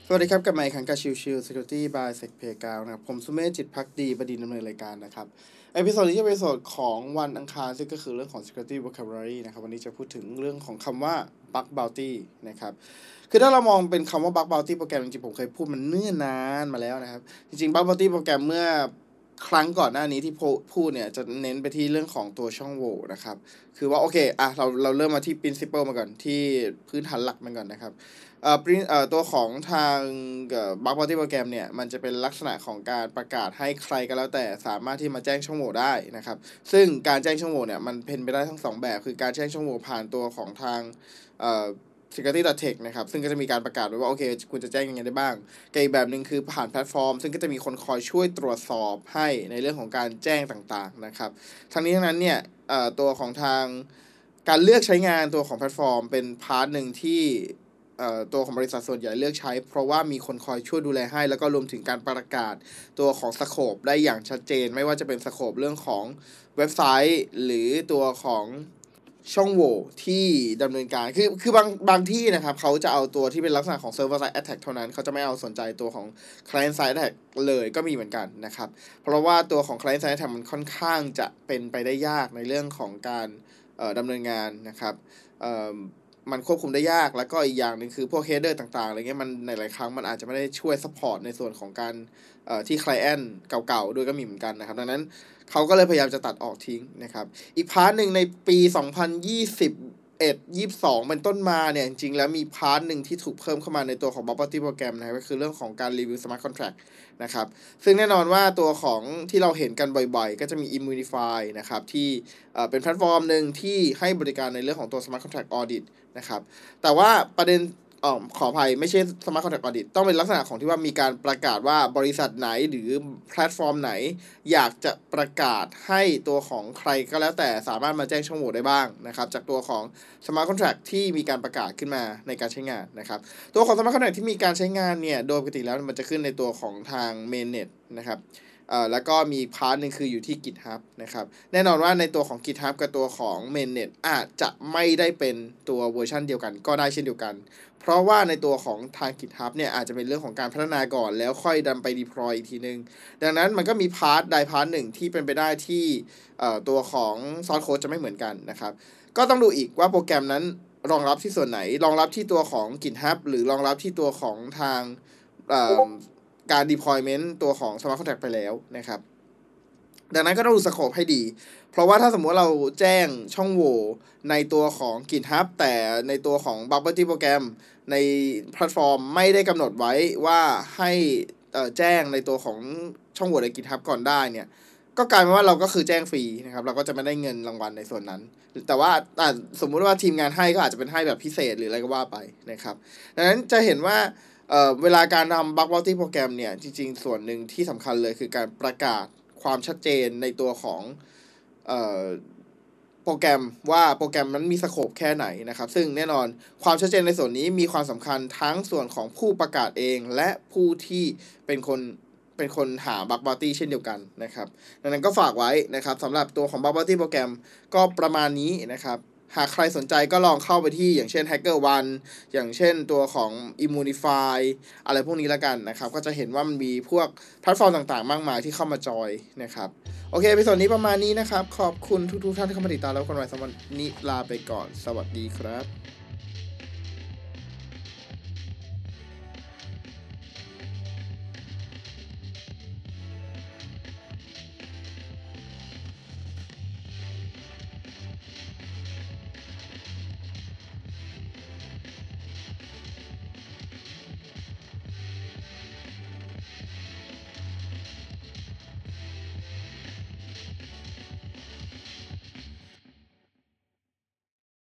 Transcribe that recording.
สวัสดีครับกับไมค์ขังกับชิว Security by Sec Playground นะครับผมสุเมธจิตภักดีบดินทร์ดำเนินรายการนะครับเอพิโซดนี้จะเป็นเอพิโซดของวันอังคารซึ่งก็คือเรื่องของ Security Vocabulary นะครับวันนี้จะพูดถึงเรื่องของคำว่า Bug Bounty นะครับคือถ้าเรามองเป็นคำว่า Bug Bounty โปรแกรมจริงๆผมเคยพูดมันเนิ่นนานมาแล้วนะครับจริงๆ Bug Bounty โปรแกรมเมื่อครั้งก่อนหน้านี้ที่พูดเนี่ยจะเน้นไปที่เรื่องของตัวช่องโหว่นะครับคือว่าโอเคเราเริ่มมาที่ principle มาก่อนที่พื้นฐานหลักมันก่อนนะครับตัวของทางBug Bounty โปรแกรมเนี่ยมันจะเป็นลักษณะของการประกาศให้ใครก็แล้วแต่สามารถที่มาแจ้งช่องโหว่ได้นะครับซึ่งการแจ้งช่องโหว่เนี่ยมันเป็นไปได้ทั้ง2แบบคือการแจ้งช่องโหว่ผ่านตัวของทางsecurity.tech นะครับซึ่งก็จะมีการประกาศไว้ว่าโอเคคุณจะแจ้งยังไงได้บ้างกับอีกแบบหนึ่งคือผ่านแพลตฟอร์มซึ่งก็จะมีคนคอยช่วยตรวจสอบให้ในเรื่องของการแจ้งต่างๆนะครับทั้งนี้ทั้งนั้นเนี่ยตัวของทางการเลือกใช้งานตัวของแพลตฟอร์มเป็นพาร์ทหนึ่งที่ตัวของบริษัทส่วนใหญ่เลือกใช้เพราะว่ามีคนคอยช่วยดูแลให้แล้วก็รวมถึงการประกาศตัวของสโคปได้อย่างชัดเจนไม่ว่าจะเป็นสโคปเรื่องของเว็บไซต์หรือตัวของช่องโหว่ที่ดำเนินการคือบางที่นะครับเขาจะเอาตัวที่เป็นลักษณะของ server side attack เท่านั้นเขาจะไม่เอาสนใจตัวของ client side attack เลยก็มีเหมือนกันนะครับเพราะว่าตัวของ client side attack มันค่อนข้างจะเป็นไปได้ยากในเรื่องของการดำเนินงานนะครับมันควบคุมได้ยากแล้วก็อีกอย่างหนึ่งคือพวก header ต่างๆอะไรเงี้ยมันในหลายครั้งมันอาจจะไม่ได้ช่วย support ในส่วนของการที่ client เก่าๆด้วยก็มีเหมือนกันนะครับดังนั้นเขาก็เลยพยายามจะตัดออกทิ้งนะครับอีกพาร์ทหนึ่งในปี2021-22เป็นต้นมาเนี่ยจริงๆแล้วมีพาร์ทหนึ่งที่ถูกเพิ่มเข้ามาในตัวของ Bug Bounty โปรแกรมนะครับก็คือเรื่องของการรีวิว Smart Contract นะครับซึ่งแน่นอนว่าตัวของที่เราเห็นกันบ่อยๆก็จะมี Immunify นะครับที่เป็นแพลตฟอร์มหนึ่งที่ให้บริการในเรื่องของตัว Smart Contract Audit นะครับแต่ว่าประเด็นขออภัยไม่ใช่ Smart Contract Audit ต้องเป็นลักษณะของที่ว่ามีการประกาศว่าบริษัทไหนหรือแพลตฟอร์มไหนอยากจะประกาศให้ตัวของใครก็แล้วแต่สามารถมาแจ้งช่องโหว่ได้บ้างนะครับจากตัวของ Smart Contract ที่มีการประกาศขึ้นมาในการใช้งานนะครับตัวของ Smart Contract ที่มีการใช้งานเนี่ยโดยปกติแล้วมันจะขึ้นในตัวของทาง Mainnet นะครับแล้วก็มีพาร์ทนึงคืออยู่ที่ GitHub นะครับแน่นอนว่าในตัวของ GitHub กับตัวของ Mainnet อาจจะไม่ได้เป็นตัวเวอร์ชันเดียวกันก็ได้เช่นเดียวกันเพราะว่าในตัวของทาง GitHub เนี่ยอาจจะเป็นเรื่องของการพัฒนาก่อนแล้วค่อยดันไป deploy อีกทีนึงดังนั้นมันก็มีพาร์ทใดพาร์ทหนึ่งที่เป็นไปได้ที่ตัวของ source code จะไม่เหมือนกันนะครับก็ต้องดูอีกว่าโปรแกรมนั้นรองรับที่ส่วนไหนรองรับที่ตัวของ GitHub หรือรองรับที่ตัวของทางการ deployment ตัวของ Smart Contract ไปแล้วนะครับดังนั้นก็ต้องดูสโคปให้ดีเพราะว่าถ้าสมมติเราแจ้งช่องโหว่ในตัวของ GitHub แต่ในตัวของ Bug Bounty โปรแกรมในแพลตฟอร์มไม่ได้กำหนดไว้ว่าให้แจ้งในตัวของช่องโหว่ใน GitHub ก่อนได้เนี่ยก็กลายเป็นว่าเราก็คือแจ้งฟรีนะครับเราก็จะไม่ได้เงินรางวัลในส่วนนั้นแต่ว่าสมมุติว่าทีมงานให้ก็อาจจะเป็นให้แบบพิเศษหรืออะไรก็ว่าไปนะครับดังนั้นจะเห็นว่าเวลาการทำ Bug Bounty โปรแกรมเนี่ยจริงๆส่วนหนึ่งที่สำคัญเลยคือการประกาศความชัดเจนในตัวของโปรแกรมว่าโปรแกรมนั้นมีสโคปแค่ไหนนะครับซึ่งแน่นอนความชัดเจนในส่วนนี้มีความสำคัญทั้งส่วนของผู้ประกาศเองและผู้ที่เป็นคนหา Bug Bounty เช่นเดียวกันนะครับดังนั้นก็ฝากไว้นะครับสำหรับตัวของ Bug Bounty โปรแกรมก็ประมาณนี้นะครับหากใครสนใจก็ลองเข้าไปที่อย่างเช่น HackerOne อย่างเช่นตัวของ Immunify อะไรพวกนี้แล้วกันนะครับก็จะเห็นว่ามันมีพวกแพลตฟอร์มต่างๆมากมายที่เข้ามาจอยนะครับโอเคในส่วนนี้ประมาณนี้นะครับขอบคุณทุกท่านที่เข้ามาติดตามแล้วกันไว้สำหรับนี้ลาไปก่อนสวัสดีครับ